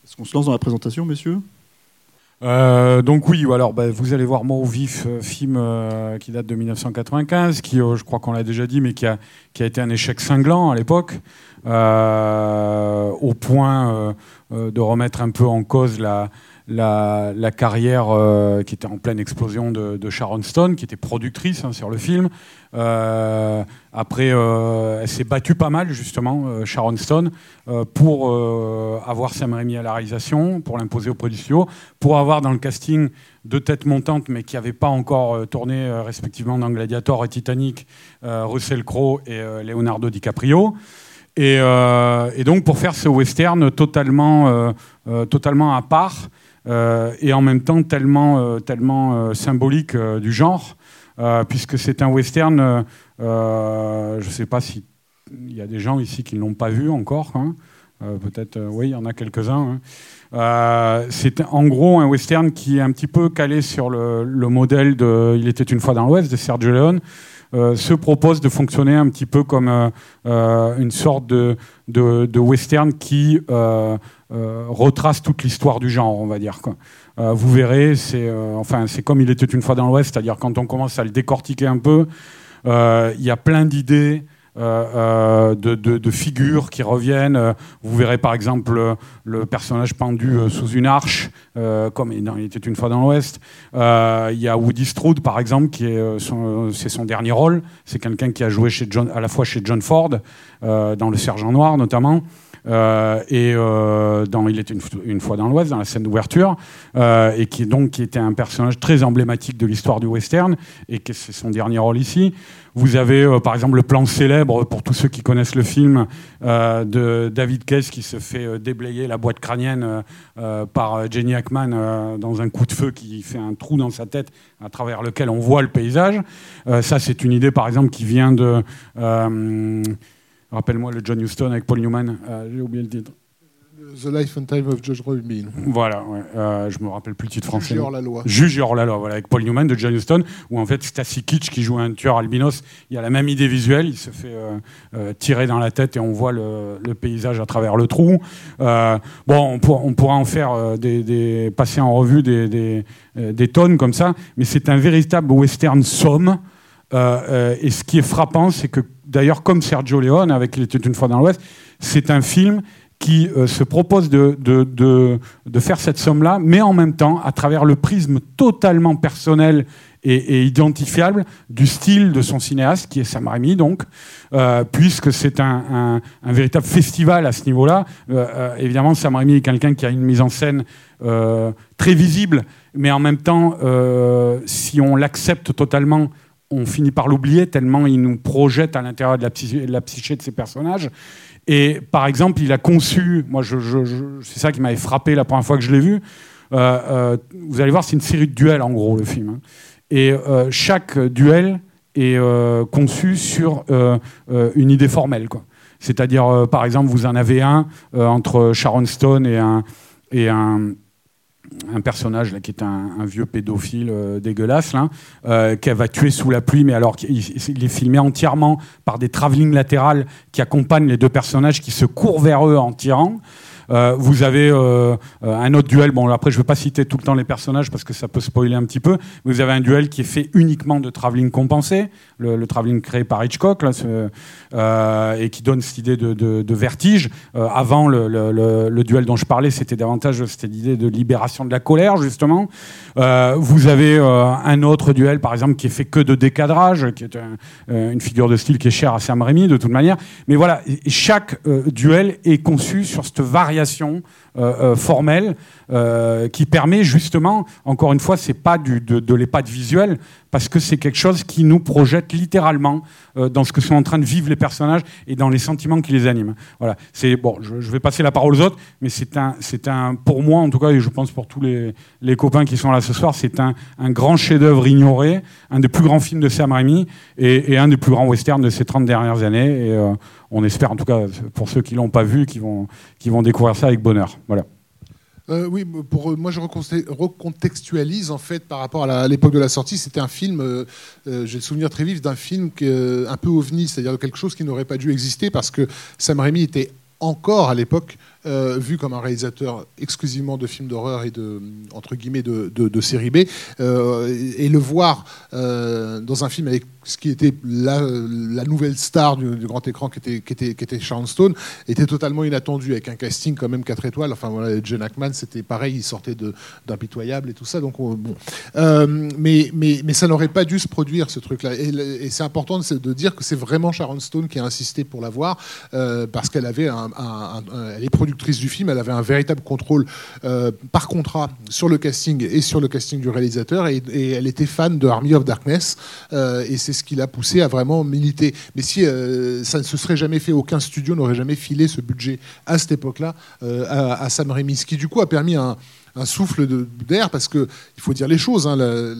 Est-ce qu'on se lance dans la présentation, messieurs ? Donc oui, alors vous allez voir Mort au vif, film qui date de 1995, qui je crois qu'on l'a déjà dit, mais qui a été un échec cinglant à l'époque, au point de remettre un peu en cause la carrière qui était en pleine explosion de Sharon Stone, qui était productrice sur le film. Après, elle s'est battue pas mal, justement, Sharon Stone, pour avoir Sam Raimi à la réalisation, pour l'imposer auprès du studio, pour avoir dans le casting deux têtes montantes, mais qui n'avaient pas encore tourné respectivement dans Gladiator et Titanic, Russell Crowe et Leonardo DiCaprio. Et donc, pour faire ce western totalement à part, et en même temps tellement symbolique du genre, puisque c'est un western, je ne sais pas s'il y a des gens ici qui ne l'ont pas vu encore, hein. Peut-être, oui, il y en a quelques-uns. Hein. C'est en gros un western qui est un petit peu calé sur le modèle de « Il était une fois dans l'Ouest » de Sergio Leone, se propose de fonctionner un petit peu comme une sorte de western qui retrace toute l'histoire du genre, on va dire, quoi. Vous verrez, c'est comme Il était une fois dans l'Ouest, c'est-à-dire quand on commence à le décortiquer un peu, il y a plein d'idées, de figures qui reviennent. Vous verrez par exemple le personnage pendu sous une arche, comme Il était une fois dans l'Ouest. Il y a Woody Strode par exemple, qui est c'est son dernier rôle. C'est quelqu'un qui a joué à la fois chez John Ford, dans Le Sergent Noir notamment. Et dans Il était une fois dans l'Ouest, dans la scène d'ouverture, et qui était un personnage très emblématique de l'histoire du western, et que c'est son dernier rôle ici. Vous avez par exemple le plan célèbre, pour tous ceux qui connaissent le film, de David Case qui se fait déblayer la boîte crânienne par Jenny Hackman dans un coup de feu qui fait un trou dans sa tête à travers lequel on voit le paysage. Ça, c'est une idée par exemple qui vient de... rappelle-moi le John Huston avec Paul Newman, j'ai oublié le titre. The Life and Time of Judge Rubin. Voilà, ouais. Je me rappelle plus le titre français. Juge et hors la loi. Juge et hors la loi, voilà, avec Paul Newman de John Huston, où en fait Stacy Keach qui joue un tueur albinos, il y a la même idée visuelle, il se fait tirer dans la tête et on voit le paysage à travers le trou. On pourra en faire passer en revue des tonnes comme ça, mais c'est un véritable western somme. Et ce qui est frappant, c'est que d'ailleurs, comme Sergio Leone avec Il était une fois dans l'Ouest, c'est un film qui se propose de faire cette somme-là, mais en même temps, à travers le prisme totalement personnel et identifiable du style de son cinéaste, qui est Sam Raimi, donc, puisque c'est un véritable festival à ce niveau-là. Évidemment, Sam Raimi est quelqu'un qui a une mise en scène très visible, mais en même temps, si on l'accepte totalement, on finit par l'oublier tellement il nous projette à l'intérieur de la psyché de ses personnages. Et par exemple, il a conçu, moi c'est ça qui m'avait frappé la première fois que je l'ai vu, vous allez voir, c'est une série de duels en gros le film, hein. Et chaque duel est conçu sur une idée formelle, quoi. C'est-à-dire, par exemple, vous en avez un entre Sharon Stone et un personnage là, qui est un vieux pédophile dégueulasse là, qu'elle va tuer sous la pluie, mais alors il est filmé entièrement par des travelling latérales qui accompagnent les deux personnages qui se courent vers eux en tirant. Vous avez un autre duel, bon après je ne vais pas citer tout le temps les personnages parce que ça peut spoiler un petit peu, mais vous avez un duel qui est fait uniquement de travelling compensé, le travelling créé par Hitchcock là, et qui donne cette idée de vertige. Avant le duel dont je parlais, c'était l'idée de libération de la colère justement. Vous avez un autre duel par exemple qui est fait que de décadrage, qui est une figure de style qui est chère à Sam Raimi de toute manière, mais voilà, chaque duel est conçu sur cette variation formelle qui permet justement, encore une fois, c'est pas de l'épate visuelle, parce que c'est quelque chose qui nous projette littéralement dans ce que sont en train de vivre les personnages et dans les sentiments qui les animent. Voilà. C'est bon. Je vais passer la parole aux autres, mais c'est un pour moi en tout cas, et je pense pour tous les copains qui sont là ce soir, c'est un grand chef-d'œuvre ignoré, un des plus grands films de Sam Raimi et un des plus grands westerns de ces 30 dernières années. Et on espère en tout cas pour ceux qui l'ont pas vu, qui vont découvrir ça avec bonheur. Voilà. Oui, moi je recontextualise en fait par rapport à l'époque de la sortie. C'était un film, j'ai le souvenir très vif d'un film un peu ovni, c'est-à-dire quelque chose qui n'aurait pas dû exister parce que Sam Raimi était encore à l'époque vu comme un réalisateur exclusivement de films d'horreur et entre guillemets de série B, et le voir dans un film avec ce qui était la nouvelle star du grand écran qui était Sharon Stone, était totalement inattendu, avec un casting quand même 4 étoiles. Enfin voilà, Gene Hackman, c'était pareil, il sortait d'Impitoyable et tout ça. Donc mais ça n'aurait pas dû se produire, ce truc-là. Et c'est important de dire que c'est vraiment Sharon Stone qui a insisté pour la voir, parce qu'elle avait elle est productrice du film, elle avait un véritable contrôle par contrat sur le casting et sur le casting du réalisateur, et elle était fan de Army of Darkness, et c'est ce qui l'a poussé à vraiment militer. Mais si ça ne se serait jamais fait, aucun studio n'aurait jamais filé ce budget à cette époque-là à Sam Raimi, ce qui du coup a permis un souffle d'air, parce qu'il faut dire les choses.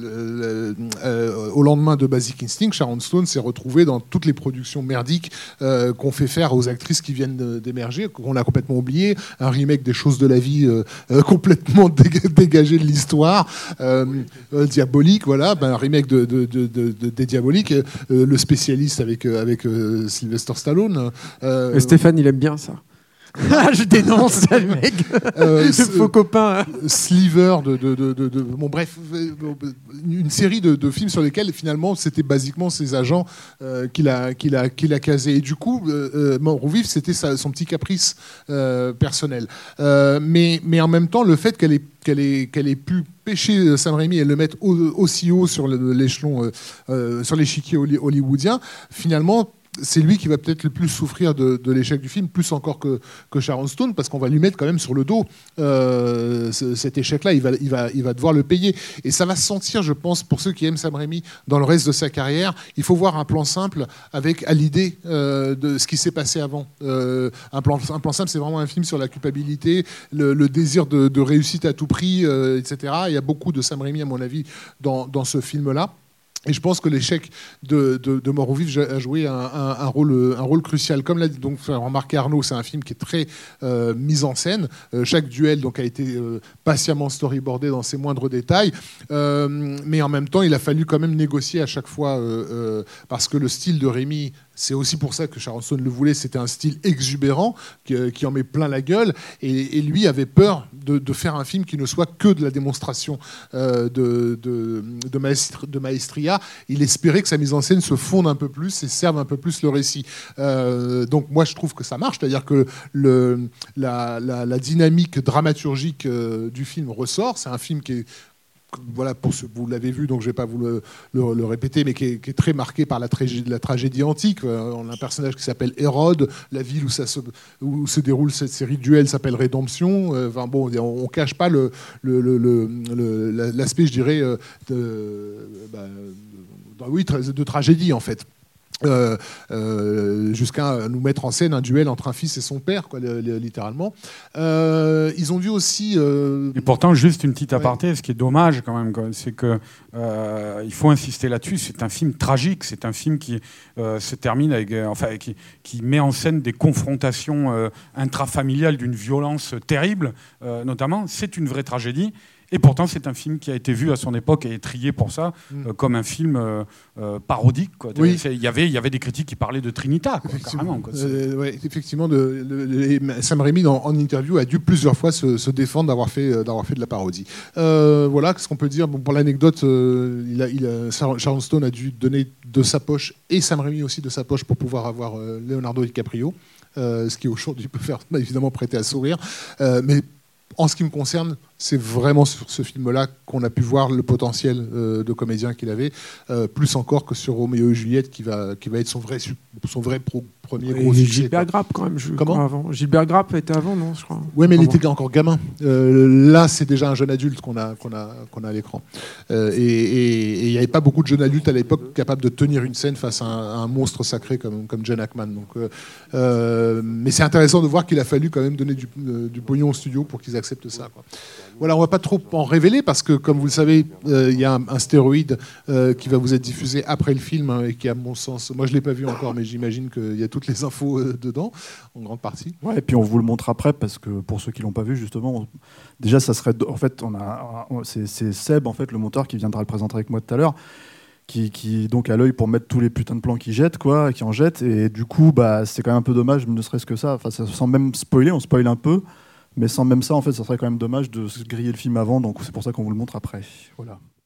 Au lendemain de Basic Instinct, Sharon Stone s'est retrouvée dans toutes les productions merdiques qu'on fait faire aux actrices qui viennent d'émerger, qu'on a complètement oublié. Un remake des Choses de la vie complètement dégagé de l'histoire. Diabolique, voilà. Un remake des Diaboliques. Le Spécialiste avec Sylvester Stallone. Et Stéphane, il aime bien ça. Je dénonce le mec, le faux copain. Sliver bon bref, une série de films sur lesquels finalement c'était basiquement ses agents qu'il a casé. Et du coup, Mort ou Vif, c'était son petit caprice personnel. Mais en même temps, le fait qu'elle ait pu pêcher Sam Raimi et le mettre aussi haut sur l'échelon, sur l'échiquier hollywoodien, finalement, c'est lui qui va peut-être le plus souffrir de l'échec du film, plus encore que Sharon Stone, parce qu'on va lui mettre quand même sur le dos cet échec-là. Il va devoir le payer. Et ça va se sentir, je pense, pour ceux qui aiment Sam Raimi dans le reste de sa carrière. Il faut voir un plan simple à l'idée de ce qui s'est passé avant. Un plan simple, c'est vraiment un film sur la culpabilité, le désir de réussite à tout prix, etc. Il y a beaucoup de Sam Raimi, à mon avis, dans ce film-là. Et je pense que l'échec de Mort ou Vif a joué un rôle crucial. Comme l'a donc remarqué Arnaud, c'est un film qui est très mis en scène. Chaque duel donc, a été patiemment storyboardé dans ses moindres détails. Mais en même temps, il a fallu quand même négocier à chaque fois, parce que le style de Raimi, c'est aussi pour ça que Sharon Stone le voulait, c'était un style exubérant qui en met plein la gueule, et lui avait peur de faire un film qui ne soit que de la démonstration de maestria. Il espérait que sa mise en scène se fonde un peu plus et serve un peu plus le récit. Donc moi je trouve que ça marche, c'est-à-dire que la dynamique dramaturgique du film ressort. C'est un film qui est, voilà, vous l'avez vu, donc je ne vais pas vous le répéter, mais qui est très marqué par la tragédie antique. On a un personnage qui s'appelle Hérode, la ville où se déroule cette série de duels s'appelle Rédemption. On ne cache pas l'aspect, je dirais, de tragédie, en fait. Jusqu'à nous mettre en scène un duel entre un fils et son père, quoi, littéralement. Ils ont vu aussi... Et pourtant, juste une petite aparté, ce qui est dommage quand même, c'est que il faut insister là-dessus, c'est un film tragique, c'est un film qui se termine avec, qui met en scène des confrontations intrafamiliales d'une violence terrible, notamment. C'est une vraie tragédie. Et pourtant, c'est un film qui a été vu à son époque et trié pour ça, comme un film parodique, quoi. Oui. Il y avait des critiques qui parlaient de Trinita, quoi, carrément. Quoi. Effectivement, Sam Raimi, en interview, a dû plusieurs fois se défendre d'avoir fait de la parodie. Voilà, qu'est-ce qu'on peut dire. Bon, pour l'anecdote, Sharon Stone a dû donner de sa poche, et Sam Raimi aussi de sa poche, pour pouvoir avoir Leonardo DiCaprio, ce qui aujourd'hui peut faire évidemment prêter à sourire. Mais en ce qui me concerne, c'est vraiment sur ce film-là qu'on a pu voir le potentiel de comédien qu'il avait, plus encore que sur Roméo et Juliette, qui va être son vrai premier gros succès. Gilbert Grape, quand même. Comment avant. Gilbert Grape était avant, non, je crois. Oui, mais il était encore gamin. Là, c'est déjà un jeune adulte qu'on a à l'écran. Et il n'y avait pas beaucoup de jeunes adultes à l'époque capables de tenir une scène face à un monstre sacré comme Gene Hackman. Donc, mais c'est intéressant de voir qu'il a fallu quand même donner du pognon au studio pour qu'ils acceptent ça, quoi. Voilà, on ne va pas trop en révéler parce que, comme vous le savez, il y a un stéroïde qui va vous être diffusé après le film, et qui, à mon sens, moi je ne l'ai pas vu encore, mais j'imagine qu'il y a toutes les infos dedans, en grande partie. Ouais, et puis on vous le montre après, parce que pour ceux qui ne l'ont pas vu, justement, déjà, ça serait. En fait, c'est Seb, en fait, le monteur, qui viendra le présenter avec moi tout à l'heure, qui donc a l'œil pour mettre tous les putains de plans qu'il jette, quoi, qui en jette. Et du coup, c'est quand même un peu dommage, ne serait-ce que ça. Enfin, sans même spoiler, on spoil un peu, mais sans même ça, en fait, ça serait quand même dommage de se griller le film avant. Donc c'est pour ça qu'on vous le montre après. Voilà.